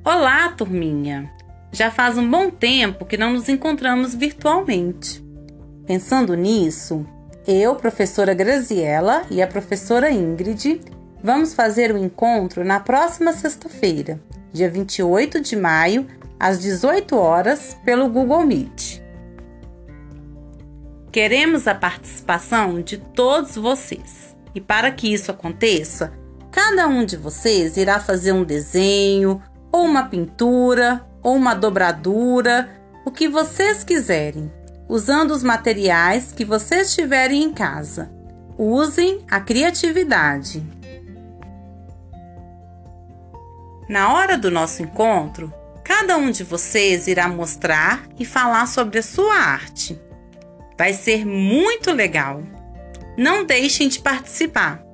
Olá, turminha! Já faz um bom tempo que não nos encontramos virtualmente. Pensando nisso, eu, professora Graziela e a professora Ingrid, vamos fazer o encontro na próxima sexta-feira, dia 28 de maio, às 18 horas, pelo Google Meet. Queremos a participação de todos vocês. E para que isso aconteça, cada um de vocês irá fazer um desenho, ou uma pintura, ou uma dobradura, o que vocês quiserem, usando os materiais que vocês tiverem em casa. Usem a criatividade. Na hora do nosso encontro, cada um de vocês irá mostrar e falar sobre a sua arte. Vai ser muito legal. Não deixem de participar.